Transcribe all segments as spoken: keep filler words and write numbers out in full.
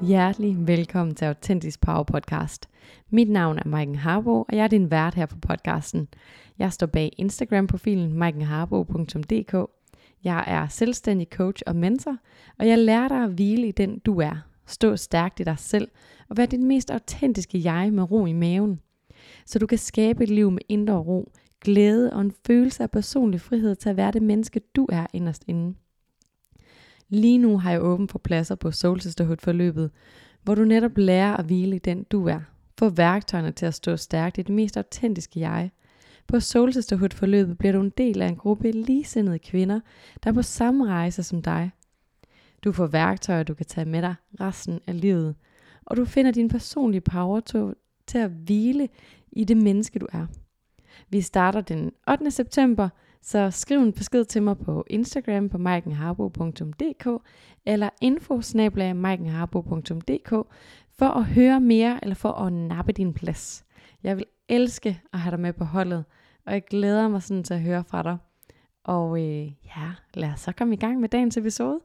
Hjertelig velkommen til Autentisk Power Podcast. Mit navn er Maiken Harbo, og jeg er din vært her på podcasten. Jeg står bag Instagram-profilen maiken harbo punktum d k. Jeg er selvstændig coach og mentor, og jeg lærer dig at hvile i den du er. Stå stærkt i dig selv og være dit mest autentiske jeg med ro i maven. Så du kan skabe et liv med indre ro, glæde og en følelse af personlig frihed til at være det menneske du er inderst inde. Lige nu har jeg åbent for pladser på Soul Sisterhood-forløbet, hvor du netop lærer at hvile i den du er. Få værktøjerne til at stå stærkt i det mest autentiske jeg. På Soul Sisterhood-forløbet bliver du en del af en gruppe ligesindede kvinder, der er på samme rejse som dig. Du får værktøjer, du kan tage med dig resten af livet, og du finder din personlige power to, til at hvile i det menneske du er. Vi starter den ottende september, så skriv en besked til mig på Instagram på maiken harbo punktum d k eller info snabel-a maiken harbo punktum d k for at høre mere eller for at nappe din plads. Jeg vil elske at have dig med på holdet, og jeg glæder mig sådan til at høre fra dig. Og øh, ja, lad os så komme i gang med dagens episode.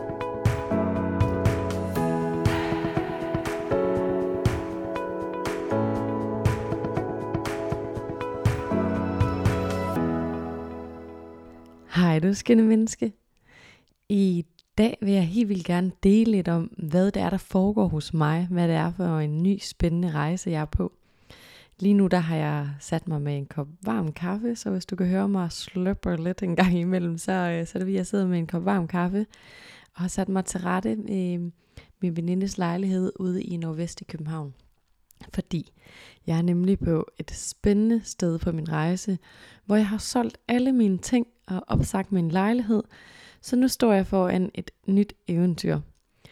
Hej du skønne menneske. I dag vil jeg helt vildt gerne dele lidt om, hvad det er, der foregår hos mig. Hvad det er for en ny spændende rejse, jeg er på. Lige nu der har jeg sat mig med en kop varm kaffe, så hvis du kan høre mig slurpe lidt en gang imellem, så, så er det fordi, jeg sidder med en kop varm kaffe og har sat mig til rette i min venindes lejlighed ude i Nordvest i København. Fordi jeg er nemlig på et spændende sted på min rejse, hvor jeg har solgt alle mine ting og opsagt min lejlighed, så nu står jeg foran et nyt eventyr.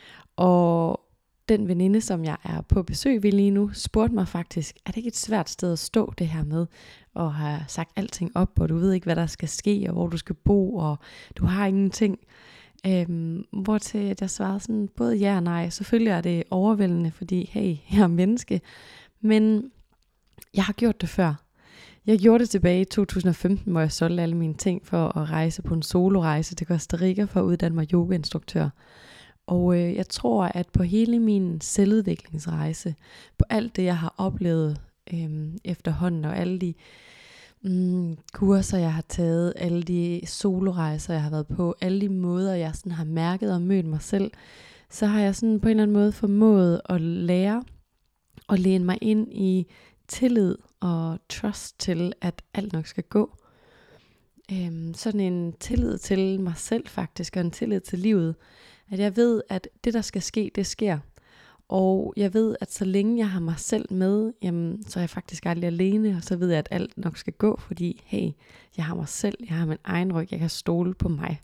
Og den veninde, som jeg er på besøg ved lige nu, spurgte mig faktisk, er det ikke et svært sted at stå det her med, og have sagt alting op, og du ved ikke, hvad der skal ske, og hvor du skal bo, og du har ingenting. Øhm, hvortil jeg svarede sådan, både ja og nej. Selvfølgelig er det overvældende, fordi hey, jeg er menneske, men jeg har gjort det før. Jeg gjorde det tilbage i to tusind og femten, hvor jeg solgte alle mine ting for at rejse på en solorejse til Costa Rica for at uddanne mig yogainstruktør. Og øh, jeg tror, at på hele min selvudviklingsrejse, på alt det, jeg har oplevet øh, efterhånden, og alle de mm, kurser, jeg har taget, alle de solorejser, jeg har været på, alle de måder, jeg sådan har mærket og mødt mig selv, så har jeg sådan på en eller anden måde formået at lære og læne mig ind i tillid og trust til, at alt nok skal gå. Øhm, sådan en tillid til mig selv faktisk, og en tillid til livet. At jeg ved, at det der skal ske, det sker. Og jeg ved, at så længe jeg har mig selv med, jamen, så er jeg faktisk aldrig alene, og så ved jeg, at alt nok skal gå, fordi hey, jeg har mig selv, jeg har min egen ryg, jeg kan stole på mig.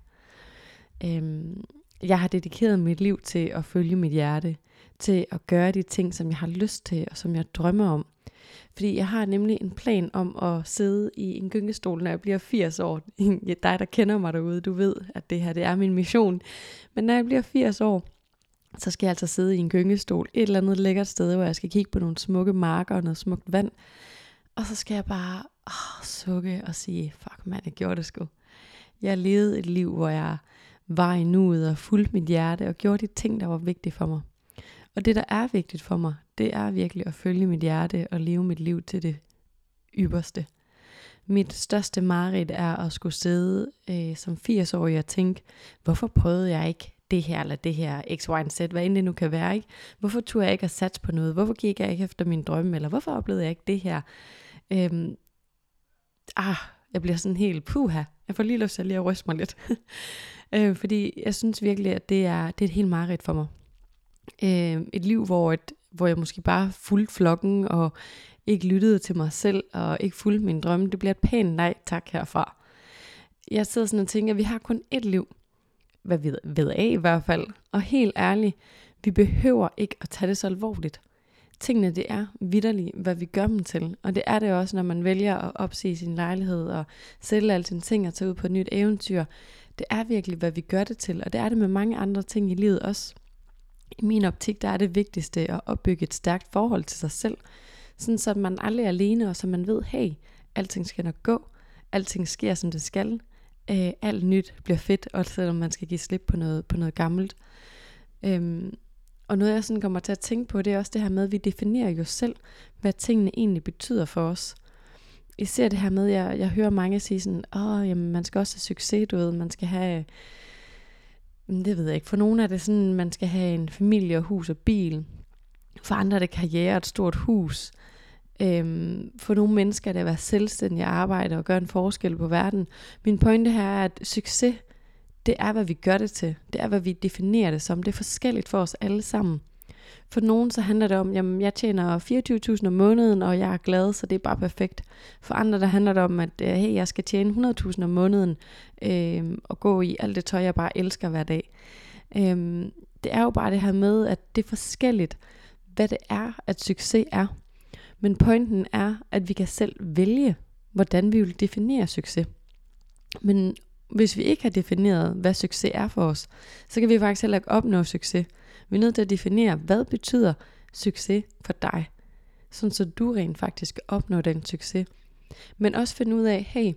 Øhm, jeg har dedikeret mit liv til at følge mit hjerte, til at gøre de ting, som jeg har lyst til, og som jeg drømmer om. Fordi jeg har nemlig en plan om at sidde i en gyngestol, når jeg bliver firs år. Dig, der kender mig derude, du ved, at det her det er min mission. Men når jeg bliver firs år, så skal jeg altså sidde i en gyngestol et eller andet lækkert sted, hvor jeg skal kigge på nogle smukke marker og noget smukt vand. Og så skal jeg bare åh, sukke og sige, fuck mand, jeg gjorde det sgu. Jeg levede et liv, hvor jeg var i nuet og fulgte mit hjerte og gjorde de ting, der var vigtige for mig. Og det, der er vigtigt for mig, det er virkelig at følge mit hjerte og leve mit liv til det ypperste. Mit største mareridt er at skulle sidde øh, som firs-årig og tænke, hvorfor prøvede jeg ikke det her eller det her X, Y, Z, hvad end det nu kan være, ikke? Hvorfor turde jeg ikke at satse på noget? Hvorfor gik jeg ikke efter min drømme? Eller hvorfor oplevede jeg ikke det her? Øhm, ah, jeg bliver sådan helt puha. Jeg får lige lyst til lige at ryste mig lidt. øh, fordi jeg synes virkelig, at det er, det er et helt mareridt for mig. Øh, et liv, hvor, et, hvor jeg måske bare fulgte flokken og ikke lyttede til mig selv og ikke fulgte min drømme. Det bliver et pænt nej tak herfra. Jeg sidder sådan og tænker, at vi har kun ét liv. Hvad vi ved af i hvert fald. Og helt ærligt, vi behøver ikke at tage det så alvorligt. Tingene, det er vitterligt, hvad vi gør dem til. Og det er det også, når man vælger at opsige sin lejlighed og sælge alle sine ting og tage ud på et nyt eventyr. Det er virkelig, hvad vi gør det til. Og det er det med mange andre ting i livet også. I min optik, der er det vigtigste at opbygge et stærkt forhold til sig selv. Sådan så man aldrig er alene, og så man ved, hey, alting skal nok gå. Alting sker, som det skal. Øh, alt nyt bliver fedt, også selvom man skal give slip på noget, på noget gammelt. Øhm, Og noget jeg sådan kommer til at tænke på, det er også det her med, at vi definerer jo selv, hvad tingene egentlig betyder for os. Især det her med, at jeg, jeg hører mange sige sådan, åh, jamen, man skal også have succes, du ved, man skal have, det ved jeg ikke, for nogle er det sådan, man skal have en familie og hus og bil. For andre er det karriere og et stort hus. Øhm, for nogle mennesker er det at være selvstændig og arbejde og gøre en forskel på verden. Min pointe her er, at succes, det er, hvad vi gør det til. Det er, hvad vi definerer det som. Det er forskelligt for os alle sammen. For nogen så handler det om, jamen jeg tjener fireogtyve tusind om måneden, og jeg er glad, så det er bare perfekt. For andre der handler det om, at hey, jeg skal tjene hundrede tusind om måneden, øh, og gå i alt det tøj, jeg bare elsker hver dag. Øh, det er jo bare det her med, at det er forskelligt, hvad det er, at succes er. Men pointen er, at vi kan selv vælge, hvordan vi vil definere succes. Men hvis vi ikke har defineret, hvad succes er for os, så kan vi faktisk heller ikke opnå succes. Vi er nødt til at definere, hvad betyder succes for dig, sådan så du rent faktisk opnår den succes. Men også finde ud af, hey,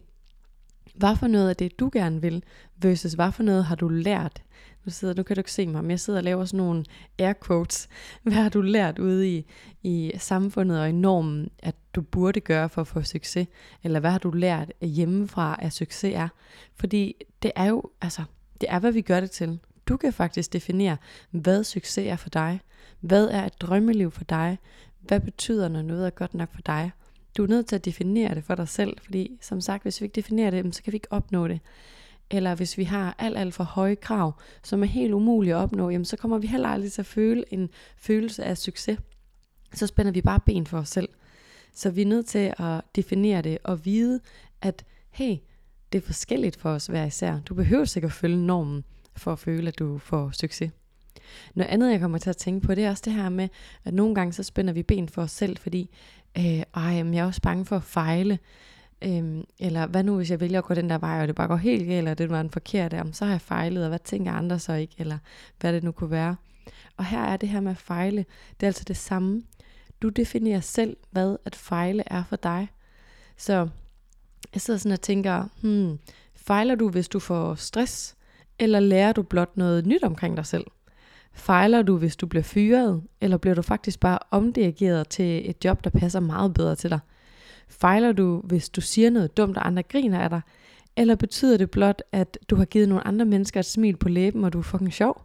hvad for noget af det, du gerne vil, versus hvad for noget har du lært. Nu, sidder, nu kan du ikke se mig, men jeg sidder og laver sådan nogle air quotes. Hvad har du lært ude i, i samfundet og i normen, at du burde gøre for at få succes? Eller hvad har du lært hjemmefra, at succes er? Fordi det er jo, altså, det er, hvad vi gør det til. Du kan faktisk definere, hvad succes er for dig. Hvad er et drømmeliv for dig? Hvad betyder, når noget er godt nok for dig? Du er nødt til at definere det for dig selv, fordi som sagt, hvis vi ikke definerer det, så kan vi ikke opnå det. Eller hvis vi har alt, alt for høje krav, som er helt umulige at opnå, jamen, så kommer vi heller aldrig til at føle en følelse af succes. Så spænder vi bare ben for os selv. Så vi er nødt til at definere det og vide, at hey, det er forskelligt for os hver især. Du behøver ikke at følge normen for at føle, at du får succes. Noget andet, jeg kommer til at tænke på, det er også det her med, at nogle gange så spænder vi ben for os selv, fordi øh, ej, jeg er også bange for at fejle. Øhm, eller hvad nu hvis jeg vælger at gå den der vej, og det bare går helt galt, eller det var en forkert, jamen, så har jeg fejlet, og hvad tænker andre så ikke, eller hvad det nu kunne være. Og her er det her med at fejle, det er altså det samme. Du definerer selv, hvad at fejle er for dig. Så jeg sidder sådan og tænker, hmm, fejler du, hvis du får stress, eller lærer du blot noget nyt omkring dig selv? Fejler du, hvis du bliver fyret, eller bliver du faktisk bare omdirigeret til et job, der passer meget bedre til dig? Fejler du, hvis du siger noget dumt, og andre griner af dig? Eller betyder det blot, at du har givet nogle andre mennesker et smil på læben, og du er fucking sjov?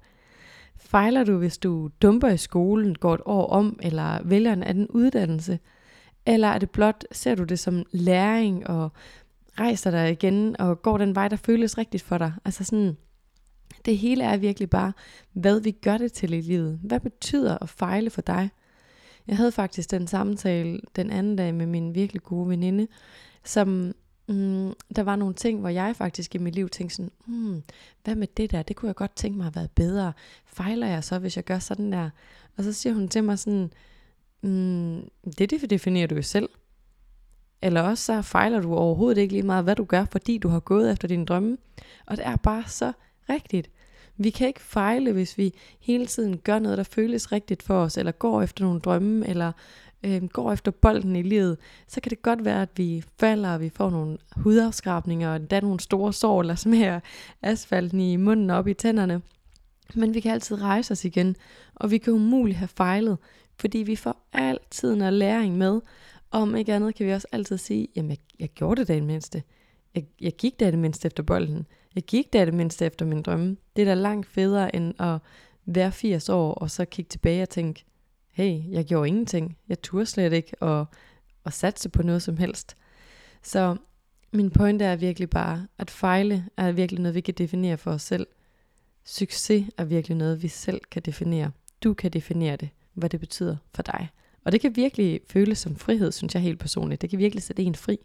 Fejler du, hvis du dumper i skolen, går et år om, eller vælger en anden uddannelse? Eller er det blot, ser du det som læring, og rejser dig igen, og går den vej, der føles rigtigt for dig? Altså sådan, det hele er virkelig bare, hvad vi gør det til i livet. Hvad betyder at fejle for dig? Jeg havde faktisk den samtale den anden dag med min virkelig gode veninde, som mm, der var nogle ting, hvor jeg faktisk i mit liv tænkte sådan, hmm, hvad med det der, det kunne jeg godt tænke mig at være bedre. Fejler jeg så, hvis jeg gør sådan der? Og så siger hun til mig sådan, mm, det definerer du jo selv. Eller også så fejler du overhovedet ikke lige meget, hvad du gør, fordi du har gået efter dine drømme. Og det er bare så rigtigt. Vi kan ikke fejle, hvis vi hele tiden gør noget, der føles rigtigt for os, eller går efter nogle drømme, eller øh, går efter bolden i livet. Så kan det godt være, at vi falder, og vi får nogle hudafskrabninger, og endda nogle store sår, eller smager asfalten i munden op i tænderne. Men vi kan altid rejse os igen, og vi kan umuligt have fejlet, fordi vi får altid noget læring med. Og om ikke andet kan vi også altid sige, jamen jeg, jeg gjorde det da i det mindste. Jeg, jeg gik da i det mindste efter bolden. Jeg gik da i det mindste efter min drømme. Det er da langt federe end at være firs år og så kigge tilbage og tænke, hey, jeg gjorde ingenting. Jeg turde slet ikke at, at satse på noget som helst. Så min pointe er virkelig bare, at fejle er virkelig noget, vi kan definere for os selv. Succes er virkelig noget, vi selv kan definere. Du kan definere det, hvad det betyder for dig. Og det kan virkelig føles som frihed, synes jeg helt personligt. Det kan virkelig sætte en fri.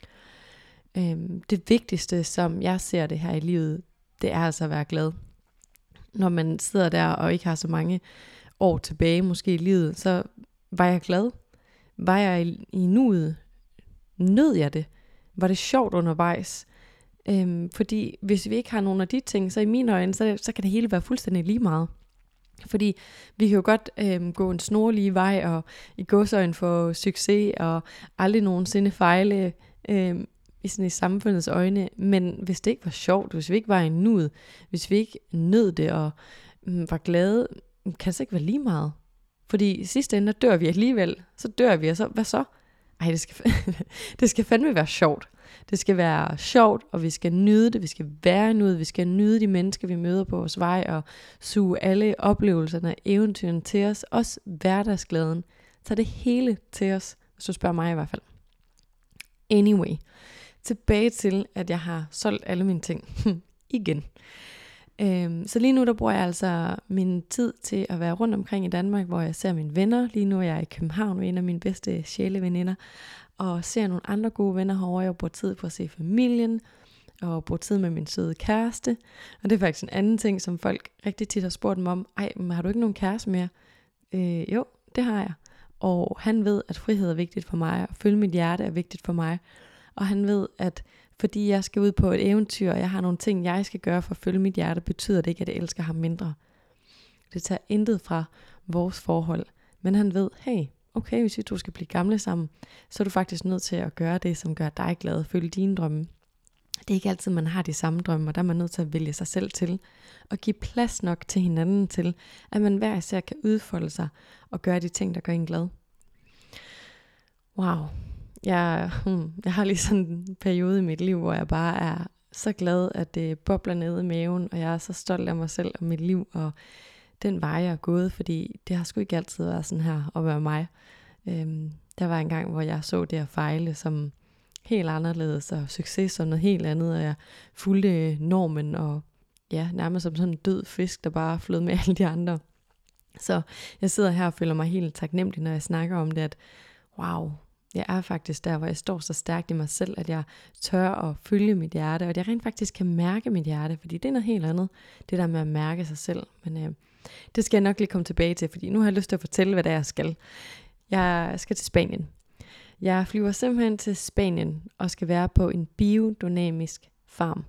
Øhm, det vigtigste, som jeg ser det her i livet, det er altså at være glad. Når man sidder der og ikke har så mange år tilbage måske i livet, så var jeg glad. Var jeg i, i nuet? Nød jeg det? Var det sjovt undervejs? Øhm, fordi hvis vi ikke har nogen af de ting, så i mine øjne, så, så kan det hele være fuldstændig lige meget. Fordi vi kan jo godt øhm, gå en snorlige vej og i gåseøjne få succes og aldrig nogensinde fejle øhm, i, sådan i samfundets øjne. Men hvis det ikke var sjovt, hvis vi ikke var i nuet, hvis vi ikke nød det og øhm, var glade, kan det så ikke være lige meget? Fordi i sidste ende, der dør vi alligevel. Så dør vi, og så, hvad så? Ej, det skal, det skal fandme være sjovt. Det skal være sjovt, og vi skal nyde det. Vi skal være nuet. Vi skal nyde de mennesker, vi møder på vores vej, og suge alle oplevelserne og eventyrene til os. Også hverdagsglæden. Tag det hele til os, hvis du spørger mig i hvert fald. Anyway, tilbage til, at jeg har solgt alle mine ting igen. Øhm, så lige nu der bruger jeg altså min tid til at være rundt omkring i Danmark, hvor jeg ser mine venner. Lige nu er jeg i København med en af mine bedste sjæleveninder, og ser nogle andre gode venner herovre. Jeg bruger tid på at se familien, og bruger tid med min søde kæreste. Og det er faktisk en anden ting, som folk rigtig tit har spurgt mig om. Ej, men har du ikke nogen kæreste mere? Øh, jo, det har jeg. Og han ved, at frihed er vigtigt for mig, og følge mit hjerte er vigtigt for mig. Og han ved, at fordi jeg skal ud på et eventyr, og jeg har nogle ting, jeg skal gøre for at følge mit hjerte, betyder det ikke, at jeg elsker ham mindre. Det tager intet fra vores forhold. Men han ved, hey, okay, hvis vi to skal blive gamle sammen, så er du faktisk nødt til at gøre det, som gør dig glad, følge dine drømme. Det er ikke altid, man har de samme drømme, og der er man nødt til at vælge sig selv til, og give plads nok til hinanden til, at man hver især kan udfolde sig, og gøre de ting, der gør en glad. Wow. Jeg, hmm, jeg har lige sådan en periode i mit liv, hvor jeg bare er så glad, at det bobler ned i maven, og jeg er så stolt af mig selv og mit liv, og den vej jeg er gået, fordi det har sgu ikke altid været sådan her at være mig. Øhm, der var en gang, hvor jeg så det at fejle som helt anderledes, og succes som noget helt andet, og jeg fulgte normen, og ja, nærmest som sådan en død fisk, der bare flød med alle de andre. Så jeg sidder her og føler mig helt taknemmelig, når jeg snakker om det, at wow, jeg er faktisk der, hvor jeg står så stærkt i mig selv, at jeg tør at følge mit hjerte, og at jeg rent faktisk kan mærke mit hjerte, fordi det er noget helt andet, det der med at mærke sig selv. Men øh, det skal jeg nok lige komme tilbage til, fordi nu har jeg lyst til at fortælle, hvad det er, jeg skal. Jeg skal til Spanien. Jeg flyver simpelthen til Spanien og skal være på en biodynamisk farm.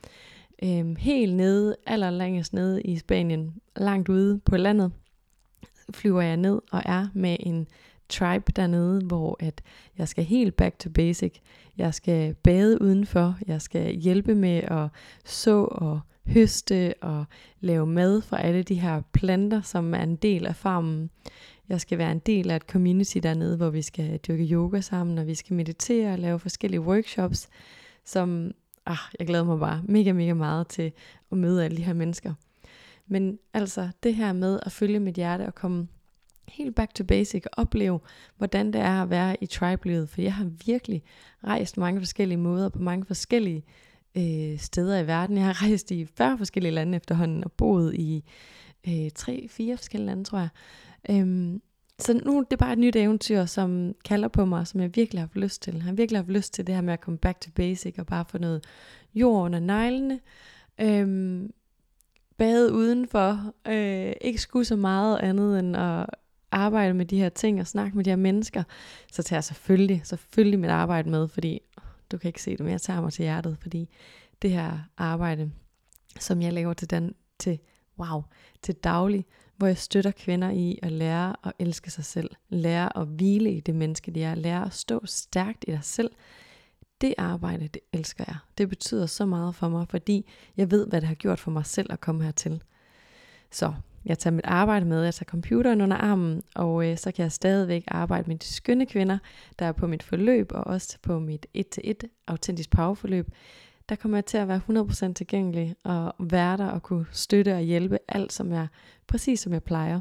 Øhm, helt nede, allerlængst nede i Spanien, langt ude på landet, flyver jeg ned og er med en tribe dernede, hvor at jeg skal helt back to basic. Jeg skal bade udenfor, jeg skal hjælpe med at så og høste og lave mad fra alle de her planter, som er en del af farmen. Jeg skal være en del af et community dernede, hvor vi skal dyrke yoga sammen, og vi skal meditere og lave forskellige workshops, som ah, jeg glæder mig bare mega, mega meget til at møde alle de her mennesker. Men altså det her med at følge mit hjerte og komme helt back to basic og opleve, hvordan det er at være i tribe-livet, for jeg har virkelig rejst mange forskellige måder på mange forskellige øh, steder i verden. Jeg har rejst i fyrre forskellige lande efterhånden og boet i øh, tre, fire forskellige lande, tror jeg. Øhm, så nu det er bare et nyt eventyr, som kalder på mig, som jeg virkelig har haft lyst til. Jeg har virkelig haft lyst til det her med at komme back to basic og bare få noget jord under neglene. Øhm, bade udenfor. Øh, ikke skulle så meget andet end at arbejde med de her ting og snakke med de her mennesker. Så tager jeg selvfølgelig, selvfølgelig mit arbejde med, fordi du kan ikke se det, men jeg tager mig til hjertet, fordi det her arbejde, som jeg laver til den, til wow, til daglig, hvor jeg støtter kvinder i at lære at elske sig selv, lære at hvile i det menneske, de er, lære at stå stærkt i dig selv. Det arbejde, det elsker jeg. Det betyder så meget for mig, fordi jeg ved, hvad det har gjort for mig selv at komme hertil. Så jeg tager mit arbejde med, jeg tager computeren under armen, og øh, så kan jeg stadigvæk arbejde med de skønne kvinder, der er på mit forløb, og også på mit et til et autentisk powerforløb. Der kommer jeg til at være hundrede procent tilgængelig, og være der og kunne støtte og hjælpe alt, som jeg, præcis som jeg plejer.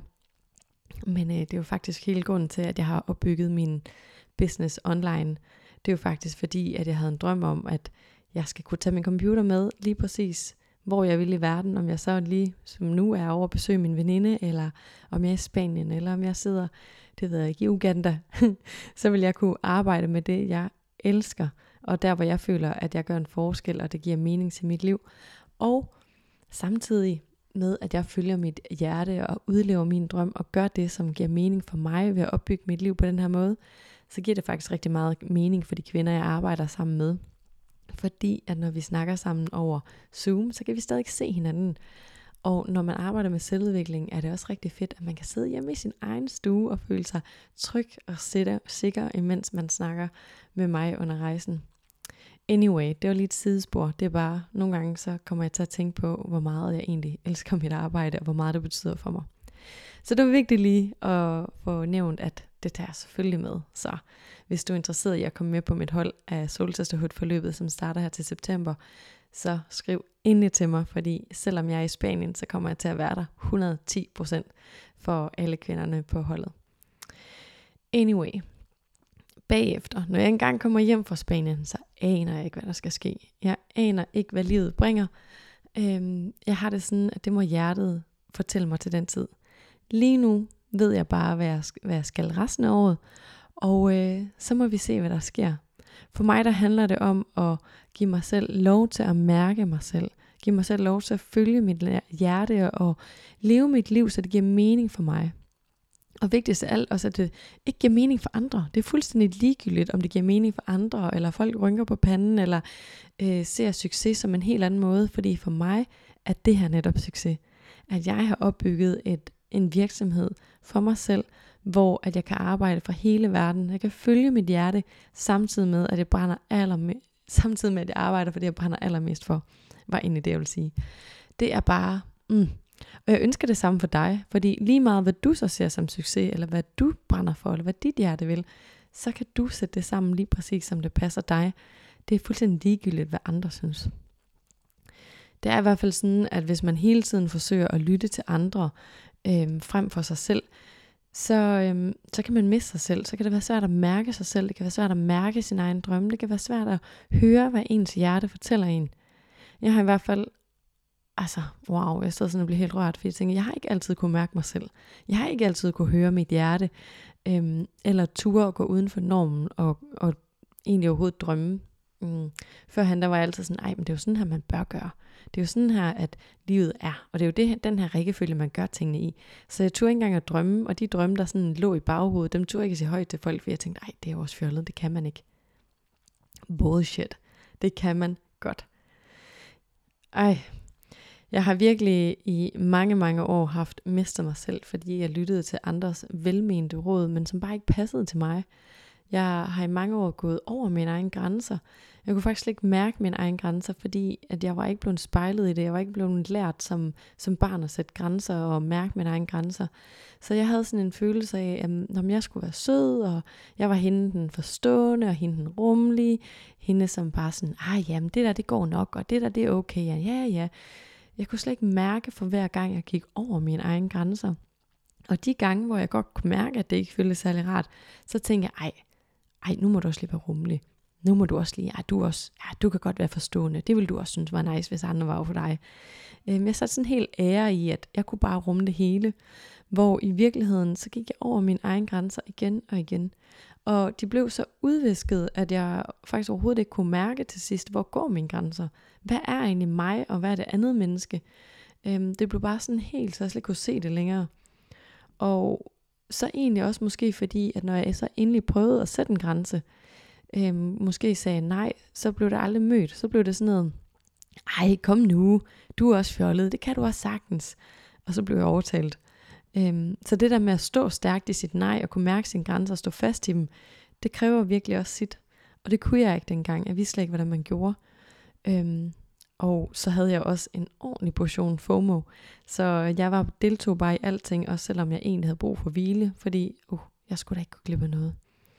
Men øh, det er jo faktisk hele grunden til, at jeg har opbygget min business online. Det er jo faktisk fordi, at jeg havde en drøm om, at jeg skal kunne tage min computer med lige præcis, hvor jeg vil i verden. Om jeg så lige som nu er over at besøge min veninde, eller om jeg er i Spanien, eller om jeg sidder, det ved jeg ikke, i Uganda. Så vil jeg kunne arbejde med det, jeg elsker. Og der, hvor jeg føler, at jeg gør en forskel, og det giver mening til mit liv. Og samtidig med, at jeg følger mit hjerte og udlever min drøm, og gør det, som giver mening for mig ved at opbygge mit liv på den her måde, så giver det faktisk rigtig meget mening for de kvinder, jeg arbejder sammen med. Fordi at når vi snakker sammen over Zoom, så kan vi stadig se hinanden. Og når man arbejder med selvudvikling, er det også rigtig fedt, at man kan sidde hjemme i sin egen stue og føle sig tryg og sikker, imens man snakker med mig under rejsen. Anyway, det var lige et sidespor. Det er bare, nogle gange så kommer jeg til at tænke på, hvor meget jeg egentlig elsker mit arbejde, og hvor meget det betyder for mig. Så det var vigtigt lige at få nævnt, at det tager jeg selvfølgelig med. Så hvis du er interesseret i at komme med på mit hold af Soul Sisterhood-forløbet, som starter her til september, så skriv endelig til mig, fordi selvom jeg er i Spanien, så kommer jeg til at være der hundrede og ti procent for alle kvinderne på holdet. Anyway, bagefter, når jeg engang kommer hjem fra Spanien, så aner jeg ikke, hvad der skal ske. Jeg aner ikke, hvad livet bringer. Øhm, jeg har det sådan, at det må hjertet fortælle mig til den tid. Lige nu ved jeg bare, hvad jeg, hvad jeg skal resten af året, og øh, så må vi se, hvad der sker. For mig der handler det om at give mig selv lov til at mærke mig selv. Give mig selv lov til at følge mit hjerte og leve mit liv, så det giver mening for mig. Og vigtigst af alt også, at det ikke giver mening for andre. Det er fuldstændig ligegyldigt, om det giver mening for andre, eller folk rynker på panden, eller øh, ser succes som en helt anden måde. Fordi for mig er det her netop succes. At jeg har opbygget et, en virksomhed for mig selv, hvor at jeg kan arbejde for hele verden. Jeg kan følge mit hjerte, samtidig med, at jeg brænder allermest, samtidig med, at jeg arbejder for det, jeg brænder allermest for. Var egentlig det, jeg vil sige. Det er bare... Mm. Og jeg ønsker det samme for dig, fordi lige meget hvad du så ser som succes, eller hvad du brænder for, eller hvad dit hjerte vil, så kan du sætte det sammen lige præcis som det passer dig. Det er fuldstændig ligegyldigt, hvad andre synes. Det er i hvert fald sådan, at hvis man hele tiden forsøger at lytte til andre øhm, frem for sig selv, så, øhm, så kan man miste sig selv. Så kan det være svært at mærke sig selv, det kan være svært at mærke sin egen drømme, det kan være svært at høre, hvad ens hjerte fortæller en. Jeg har i hvert fald Altså, wow, jeg stod sådan og blev helt rørt, fordi jeg tænkte, jeg har ikke altid kunne mærke mig selv. Jeg har ikke altid kunne høre mit hjerte, øhm, eller ture at gå uden for normen, og, og egentlig overhovedet drømme. Mm. Førhen der var jeg altid sådan, ej, men det er jo sådan her, man bør gøre. Det er jo sådan her, at livet er, og det er jo det, den her rækkefølge, man gør tingene i. Så jeg turde ikke engang at drømme, og de drømme, der sådan lå i baghovedet, dem turde jeg ikke sige højt til folk, fordi jeg tænkte, ej, det er jo også fjollet, det kan man ikke. Bullshit. Det kan man godt. Ej, jeg har virkelig i mange, mange år haft mistet mig selv, fordi jeg lyttede til andres velmente råd, men som bare ikke passede til mig. Jeg har i mange år gået over mine egne grænser. Jeg kunne faktisk ikke mærke mine egne grænser, fordi at jeg var ikke blevet spejlet i det. Jeg var ikke blevet lært som, som barn at sætte grænser og mærke mine egne grænser. Så jeg havde sådan en følelse af, at om jeg skulle være sød, og jeg var hende den forstående, og hende den rummelige. Hende som bare sådan, ah jamen det der det går nok, og det der det er okay, ja ja ja. Jeg kunne slet ikke mærke for hver gang, jeg gik over mine egne grænser. Og de gange, hvor jeg godt kunne mærke, at det ikke føltes særlig rart, så tænkte jeg, ej, ej, nu må du også lige være rummelig. Nu må du også lige, ja, du, også, ja, du kan godt være forstående. Det ville du også synes var nice, hvis andre var for dig. Øhm, jeg satte sådan helt ære i, at jeg kunne bare rumme det hele. Hvor i virkeligheden, så gik jeg over mine egne grænser igen og igen. Og de blev så udvisket, at jeg faktisk overhovedet ikke kunne mærke til sidst, hvor går mine grænser. Hvad er egentlig mig, og hvad er det andet menneske? Øhm, det blev bare sådan helt, så jeg slet ikke kunne se det længere. Og så egentlig også måske fordi, at når jeg så endelig prøvede at sætte en grænse, øhm, måske sagde nej, så blev det aldrig mødt. Så blev det sådan noget, ej kom nu, du er også fjollet, det kan du også sagtens. Og så blev jeg overtalt. Øhm, så det der med at stå stærkt i sit nej, og kunne mærke sine grænser og stå fast i dem, det kræver virkelig også sit. Og det kunne jeg ikke dengang. Jeg vidste slet ikke, hvordan man gjorde. Øhm, og så havde jeg også en ordentlig portion FOMO. Så jeg var deltog bare i alting, også selvom jeg egentlig havde brug for hvile, fordi uh, jeg skulle da ikke gå glip af noget.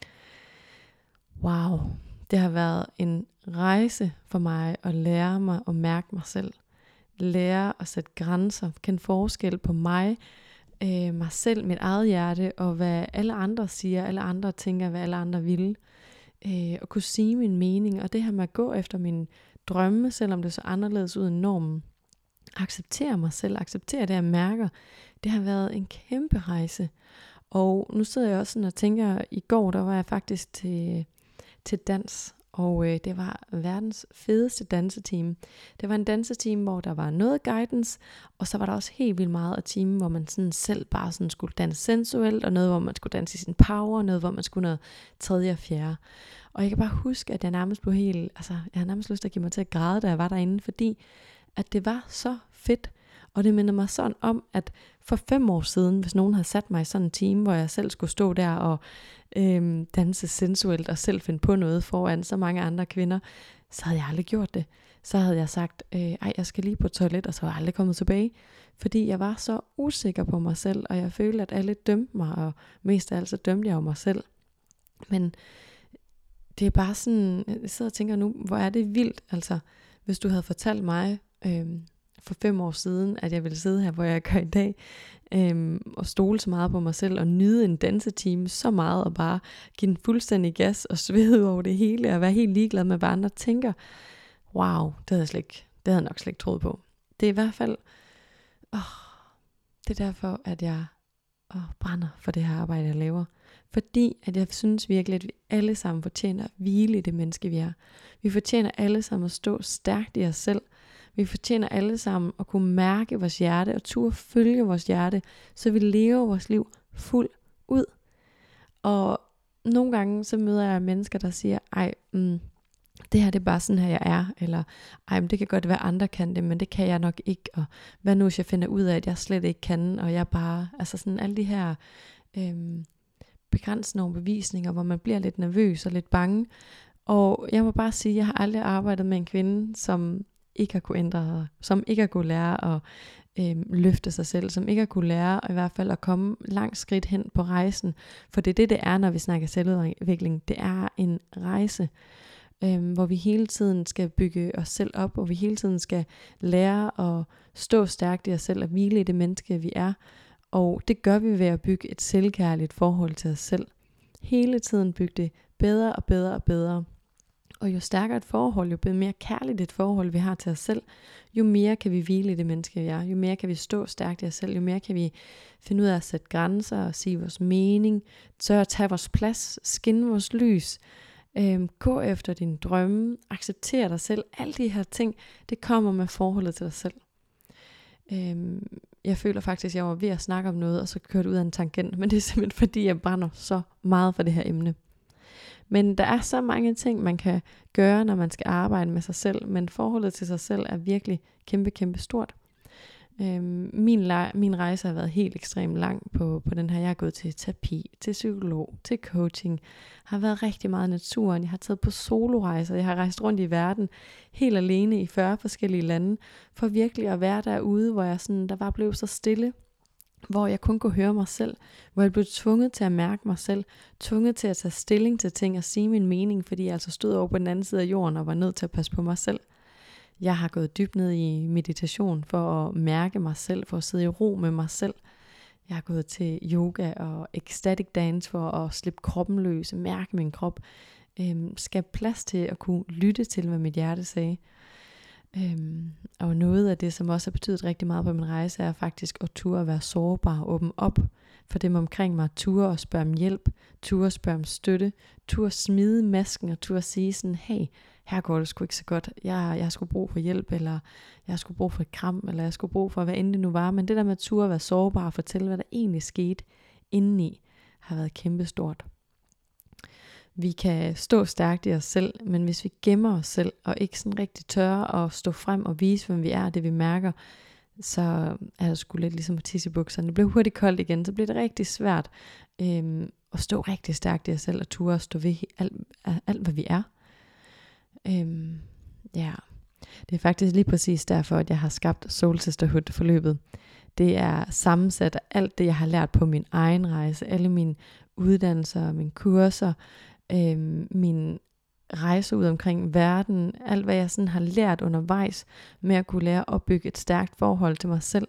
Wow, det har været en rejse for mig at lære mig at mærke mig selv. Lære at sætte grænser, kende forskel på mig, øh, mig selv, mit eget hjerte, og hvad alle andre siger, alle andre tænker, hvad alle andre vil. Øh, og kunne sige min mening, og det her med at gå efter min drømme, selvom det så anderledes ud end normen. Acceptere mig selv, acceptere det, jeg mærker. Det har været en kæmpe rejse. Og nu sidder jeg også sådan og tænker, i går der var jeg faktisk til, til dans, og øh, det var verdens fedeste danseteam. Det var en danseteam, hvor der var noget guidance, og så var der også helt vildt meget af team, hvor man sådan selv bare sådan skulle danse sensuelt, og noget, hvor man skulle danse i sin power, noget, hvor man skulle noget tredje og fjerde. Og jeg kan bare huske, at jeg nærmest blev helt, altså jeg havde nærmest lyst til at give mig til at græde, da jeg var derinde, fordi at det var så fedt. Og det minder mig sådan om, at for fem år siden, hvis nogen havde sat mig i sådan en team, hvor jeg selv skulle stå der og øhm, danse sensuelt og selv finde på noget foran så mange andre kvinder, så havde jeg aldrig gjort det. så havde jeg sagt, øh, ej, jeg skal lige på toilet, og så var jeg aldrig kommet tilbage. Fordi jeg var så usikker på mig selv, og jeg følte, at alle dømte mig, og mest af alt så dømte jeg jo mig selv. Men det er bare sådan, jeg sidder og tænker nu, hvor er det vildt, altså hvis du havde fortalt mig øh, for fem år siden, at jeg ville sidde her, hvor jeg gør i dag, øh, og stole så meget på mig selv, og nyde en dansetime så meget, og bare give den fuldstændig gas, og svede over det hele, og være helt ligeglad med, hvad andre tænker. Wow, det havde jeg, slet ikke, det havde jeg nok slet ikke troet på. Det er i hvert fald, åh, det er derfor, at jeg åh, brænder for det her arbejde, jeg laver. Fordi at jeg synes virkelig, at vi alle sammen fortjener at hvile i det menneske, vi er. Vi fortjener alle sammen at stå stærkt i os selv. Vi fortjener alle sammen at kunne mærke vores hjerte og turde følge vores hjerte, så vi lever vores liv fuldt ud. Og nogle gange så møder jeg mennesker, der siger, ej, mm, det her det er bare sådan her jeg er, eller ej, men det kan godt være andre kan det, men det kan jeg nok ikke, og hvad nu hvis jeg finder ud af, at jeg slet ikke kan, og jeg bare, altså sådan alle de her øhm, begrænsende overbevisninger, hvor man bliver lidt nervøs og lidt bange. Og jeg må bare sige, at jeg har aldrig arbejdet med en kvinde, som ikke har kunne ændre, som ikke har kunne lære at øhm, løfte sig selv, som ikke har kunne lære i hvert fald at komme langt skridt hen på rejsen. For det er det, det er, når vi snakker selvudvikling. Det er en rejse, øhm, hvor vi hele tiden skal bygge os selv op, hvor vi hele tiden skal lære at stå stærkt i os selv og hvile i det menneske, vi er. Og det gør vi ved at bygge et selvkærligt forhold til os selv. Hele tiden bygge det bedre og bedre og bedre. Og jo stærkere et forhold, jo mere kærligt et forhold vi har til os selv, jo mere kan vi hvile i det menneske vi er. Jo mere kan vi stå stærkt i os selv, jo mere kan vi finde ud af at sætte grænser og sige vores mening, tør at tage vores plads, skinne vores lys, øhm, gå efter dine drømme, acceptere dig selv. Alle de her ting, det kommer med forholdet til dig selv. Øhm, jeg føler faktisk, at jeg var ved at snakke om noget, og så kørte ud af en tangent, men det er simpelthen fordi, jeg brænder så meget for det her emne. Men der er så mange ting, man kan gøre, når man skal arbejde med sig selv, men forholdet til sig selv er virkelig kæmpe, kæmpe stort. Øhm, min, le- min rejse har været helt ekstremt lang på, på den her. Jeg har gået til terapi, til psykolog, til coaching, har været rigtig meget i naturen, jeg har taget på solorejser, jeg har rejst rundt i verden helt alene i fyrre forskellige lande, for virkelig at være derude, hvor jeg sådan, der var blevet så stille, hvor jeg kun kunne høre mig selv, hvor jeg blev tvunget til at mærke mig selv, tvunget til at tage stilling til ting og sige min mening, fordi jeg altså stod over på den anden side af jorden og var nødt til at passe på mig selv. Jeg har gået dybt ned i meditation for at mærke mig selv, for at sidde i ro med mig selv. Jeg har gået til yoga og ecstatic dance for at slippe kroppen løs, mærke min krop, øhm, skabe plads til at kunne lytte til, hvad mit hjerte sagde. Øhm, og noget af det, som også har betydet rigtig meget på min rejse, er faktisk at ture at være sårbar og åbne op for dem omkring mig, ture og spørge om hjælp, ture og spørge om støtte, ture at smide masken og ture at sige sådan, hey, her går det sgu ikke så godt, jeg, jeg skulle brug for hjælp, eller jeg skulle brug for et kram, eller jeg skulle brug for, hvad end det nu var. Men det der med at ture at være sårbar og fortælle, hvad der egentlig skete indeni, har været kæmpestort. Vi kan stå stærkt i os selv, men hvis vi gemmer os selv, og ikke sådan rigtig tør at stå frem og vise, hvem vi er, det vi mærker, så er det sgu lidt ligesom at tisse i bukserne. Det bliver hurtigt koldt igen, så bliver det rigtig svært øhm, at stå rigtig stærkt i os selv, og ture at stå ved alt, alt hvad vi er. Øhm, ja, det er faktisk lige præcis derfor, at jeg har skabt Soul Sisterhood-forløbet. Det er sammensat af alt det, jeg har lært på min egen rejse, alle mine uddannelser, mine kurser, øhm, min rejse ud omkring verden, alt hvad jeg sådan har lært undervejs med at kunne lære at opbygge et stærkt forhold til mig selv.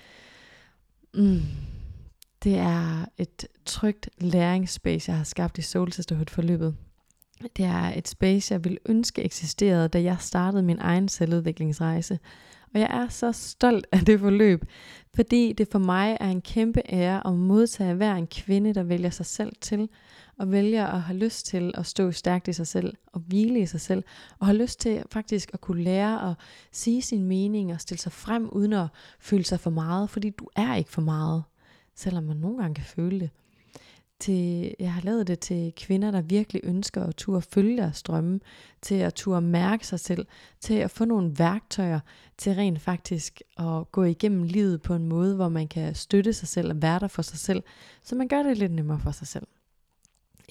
Mm. Det er et trygt læringsspace, jeg har skabt i Soul Sisterhood-forløbet. Det er et space, jeg ville ønske eksisterede, da jeg startede min egen selvudviklingsrejse. Og jeg er så stolt af det forløb, fordi det for mig er en kæmpe ære at modtage hver en kvinde, der vælger sig selv til, og vælger at have lyst til at stå stærkt i sig selv, og hvile i sig selv, og har lyst til faktisk at kunne lære at sige sin mening, og stille sig frem, uden at føle sig for meget, fordi du er ikke for meget, selvom man nogle gange kan føle det. Til, jeg har lavet det til kvinder, der virkelig ønsker at turde følge deres drømme, til at turde mærke sig selv, til at få nogle værktøjer, til rent faktisk at gå igennem livet på en måde, hvor man kan støtte sig selv og være der for sig selv, så man gør det lidt nemmere for sig selv.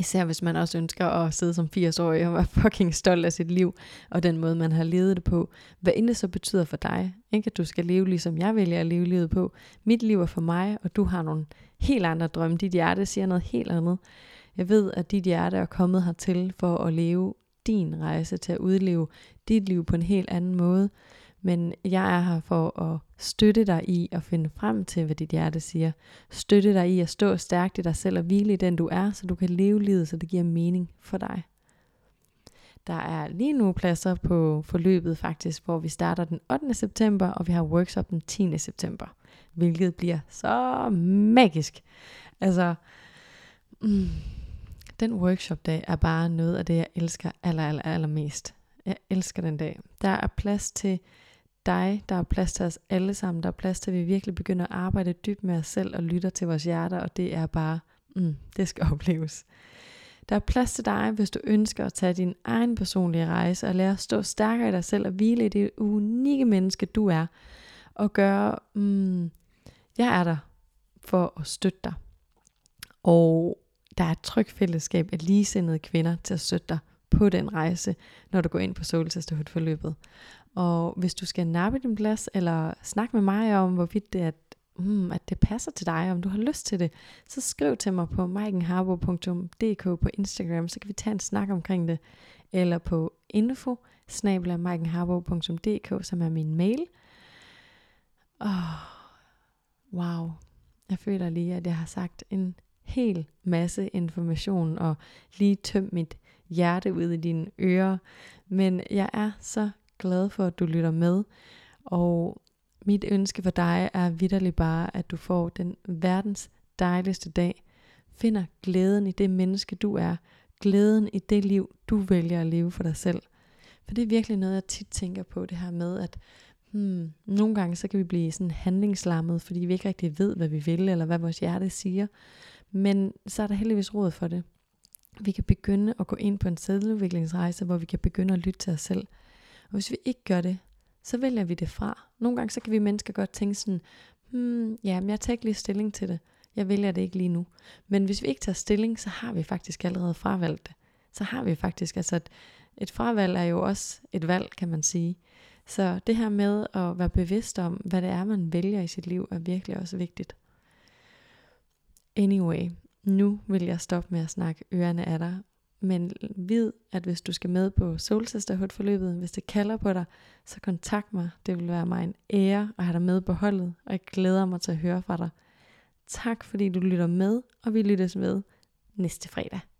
Især hvis man også ønsker at sidde som firs-årig og være fucking stolt af sit liv, og den måde man har levet det på. Hvad end det så betyder for dig. Ikke at du skal leve ligesom jeg vælger at leve livet på. Mit liv er for mig, og du har nogle helt andre drømme. Dit hjerte siger noget helt andet. Jeg ved, at dit hjerte er kommet hertil for at leve din rejse, til at udleve dit liv på en helt anden måde. Men jeg er her for at støtte dig i at finde frem til, hvad dit hjerte siger. Støtte dig i at stå stærkt i dig selv og hvile i den du er, så du kan leve livet, så det giver mening for dig. Der er lige nu pladser på forløbet faktisk, hvor vi starter den ottende september, og vi har workshop den tiende september. Hvilket bliver så magisk. Altså, mm, den workshop-dag er bare noget af det, jeg elsker aller, aller, allermest. Jeg elsker den dag. Der er plads til dig, der er plads til os alle sammen, der er plads til, at vi virkelig begynder at arbejde dybt med os selv og lytter til vores hjerter, og det er bare, mm, det skal opleves. Der er plads til dig, hvis du ønsker at tage din egen personlige rejse og lære at stå stærkere i dig selv og hvile i det unikke menneske, du er, og gøre, mm, jeg er der for at støtte dig. Og der er et trygt fællesskab af ligesindede kvinder til at støtte dig på den rejse, når du går ind på Soul Sisterhood forløbet. Og hvis du skal nappe din plads, eller snakke med mig om, hvorvidt det er, mm, at det passer til dig, om du har lyst til det, så skriv til mig på maikenharbo punktum d k på Instagram, så kan vi tage en snak omkring det, eller på info snabel-a maikenharbo punktum d k, som er min mail. Oh, wow, jeg føler lige, at jeg har sagt en hel masse information, og lige tømt mit hjerte ud i dine ører, men jeg er så glad for, at du lytter med, og mit ønske for dig er vitterligt bare, at du får den verdens dejligste dag, finder glæden i det menneske du er, glæden i det liv du vælger at leve for dig selv. For det er virkelig noget, jeg tit tænker på, det her med, at hmm, nogle gange så kan vi blive sådan handlingslammet, fordi vi ikke rigtig ved, hvad vi vil, eller hvad vores hjerte siger, men så er der heldigvis råd for det. Vi kan begynde at gå ind på en selvudviklingsrejse, hvor vi kan begynde at lytte til os selv. Og hvis vi ikke gør det, så vælger vi det fra. Nogle gange så kan vi mennesker godt tænke sådan, hmm, ja, men jeg tager ikke lige stilling til det. Jeg vælger det ikke lige nu. Men hvis vi ikke tager stilling, så har vi faktisk allerede fravalgt det. Så har vi faktisk, altså et, et fravalg er jo også et valg, kan man sige. Så det her med at være bevidst om, hvad det er, man vælger i sit liv, er virkelig også vigtigt. Anyway, nu vil jeg stoppe med at snakke ørerne af dig. Men vid, at hvis du skal med på Soul Sisterhood forløbet, hvis det kalder på dig, så kontakt mig. Det vil være mig en ære at have dig med på holdet, og jeg glæder mig til at høre fra dig. Tak fordi du lytter med, og vi lyttes med næste fredag.